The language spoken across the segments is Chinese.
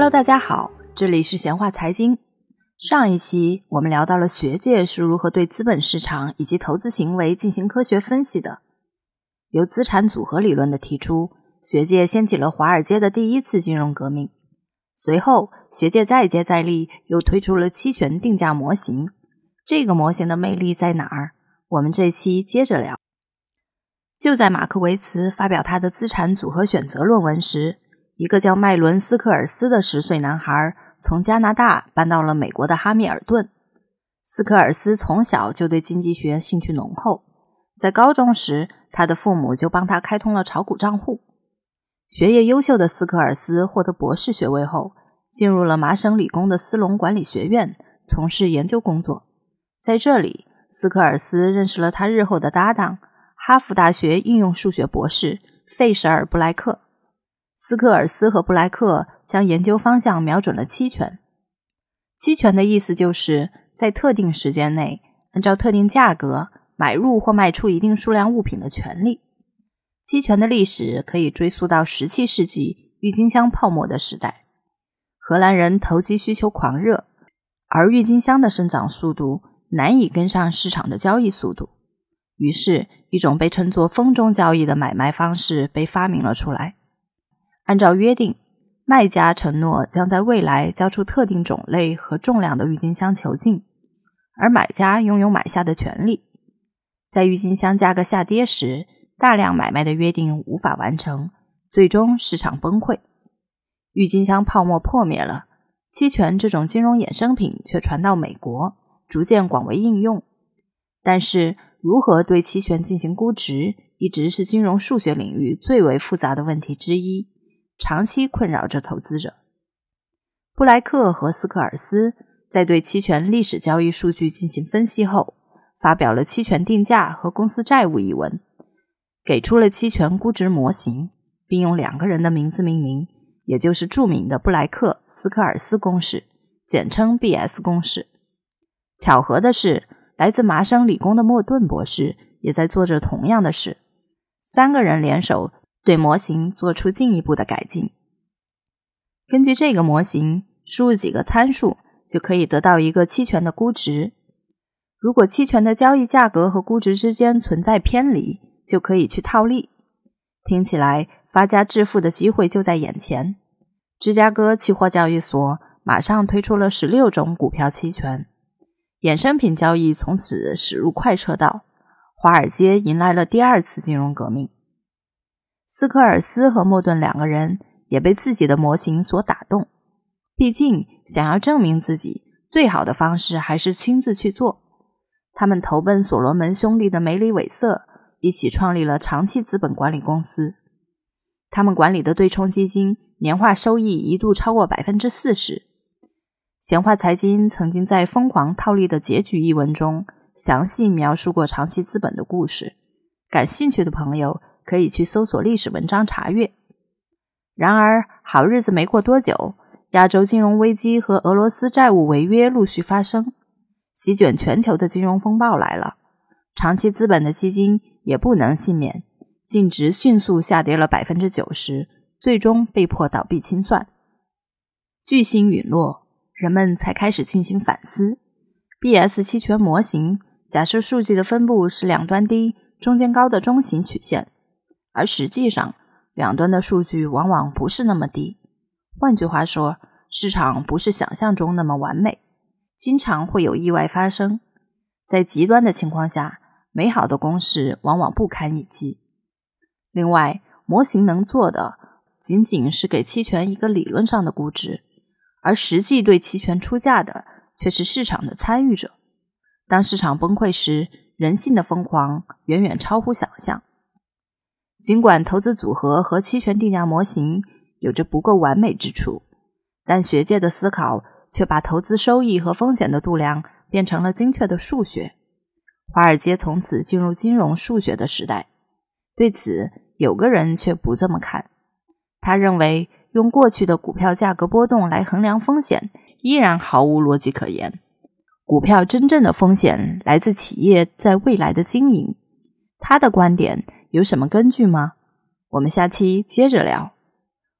Hello， 大家好，这里是闲话财经。上一期我们聊到了学界是如何对资本市场以及投资行为进行科学分析的。由资产组合理论的提出，学界掀起了华尔街的第一次金融革命。随后，学界再接再厉，又推出了期权定价模型。这个模型的魅力在哪儿？我们这期接着聊。就在马克维茨发表他的资产组合选择论文时，一个叫麦伦斯科尔斯的10岁男孩从加拿大搬到了美国的哈密尔顿。斯科尔斯从小就对经济学兴趣浓厚，在高中时，他的父母就帮他开通了炒股账户。学业优秀的斯科尔斯获得博士学位后，进入了麻省理工的斯隆管理学院，从事研究工作。在这里，斯科尔斯认识了他日后的搭档，哈佛大学应用数学博士费舍尔·布莱克。斯科尔斯和布莱克将研究方向瞄准了期权。期权的意思就是在特定时间内，按照特定价格买入或卖出一定数量物品的权利。期权的历史可以追溯到17世纪郁金香泡沫的时代。荷兰人投机需求狂热，而郁金香的生长速度难以跟上市场的交易速度，于是一种被称作风中交易的买卖方式被发明了出来。按照约定，卖家承诺将在未来交出特定种类和重量的郁金香球茎，而买家拥有买下的权利。在郁金香价格下跌时，大量买卖的约定无法完成，最终市场崩溃。郁金香泡沫破灭了，期权这种金融衍生品却传到美国，逐渐广为应用。但是，如何对期权进行估值，一直是金融数学领域最为复杂的问题之一，长期困扰着投资者。布莱克和斯科尔斯在对期权历史交易数据进行分析后，发表了《期权定价和公司债务》一文，给出了期权估值模型，并用2个人的名字命名，也就是著名的布莱克斯科尔斯公式，简称 BS 公式。巧合的是，来自麻省理工的莫顿博士也在做着同样的事。3个人联手对模型做出进一步的改进。根据这个模型，输入几个参数就可以得到一个期权的估值。如果期权的交易价格和估值之间存在偏离，就可以去套利。听起来发家致富的机会就在眼前。芝加哥期货交易所马上推出了16种股票期权，衍生品交易从此驶入快车道，华尔街迎来了第2次金融革命。斯科尔斯和莫顿2个人也被自己的模型所打动，毕竟想要证明自己，最好的方式还是亲自去做。他们投奔所罗门兄弟的梅里韦瑟，一起创立了长期资本管理公司。他们管理的对冲基金年化收益一度超过 40%。闲话财经曾经在《疯狂套利的结局》一文中详细描述过长期资本的故事，感兴趣的朋友可以去搜索历史文章查阅。然而，好日子没过多久，亚洲金融危机和俄罗斯债务违约陆续发生，席卷全球的金融风暴来了。长期资本的基金也不能幸免，净值迅速下跌了 90%， 最终被迫倒闭清算。巨星陨落，人们才开始进行反思。BS 期权模型假设数据的分布是两端低、中间高的中型曲线，而实际上两端的数据往往不是那么低。换句话说，市场不是想象中那么完美，经常会有意外发生。在极端的情况下，美好的公式往往不堪一击。另外，模型能做的仅仅是给期权一个理论上的估值，而实际对期权出价的却是市场的参与者。当市场崩溃时，人性的疯狂远远超乎想象。尽管投资组合和期权定价模型有着不够完美之处，但学界的思考却把投资收益和风险的度量变成了精确的数学。华尔街从此进入金融数学的时代。对此，有个人却不这么看。他认为用过去的股票价格波动来衡量风险依然毫无逻辑可言。股票真正的风险来自企业在未来的经营。他的观点有什么根据吗？我们下期接着聊。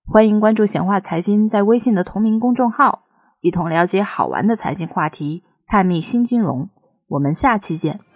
欢迎关注显化财经在微信的同名公众号，一同了解好玩的财经话题，探秘新金融。我们下期见。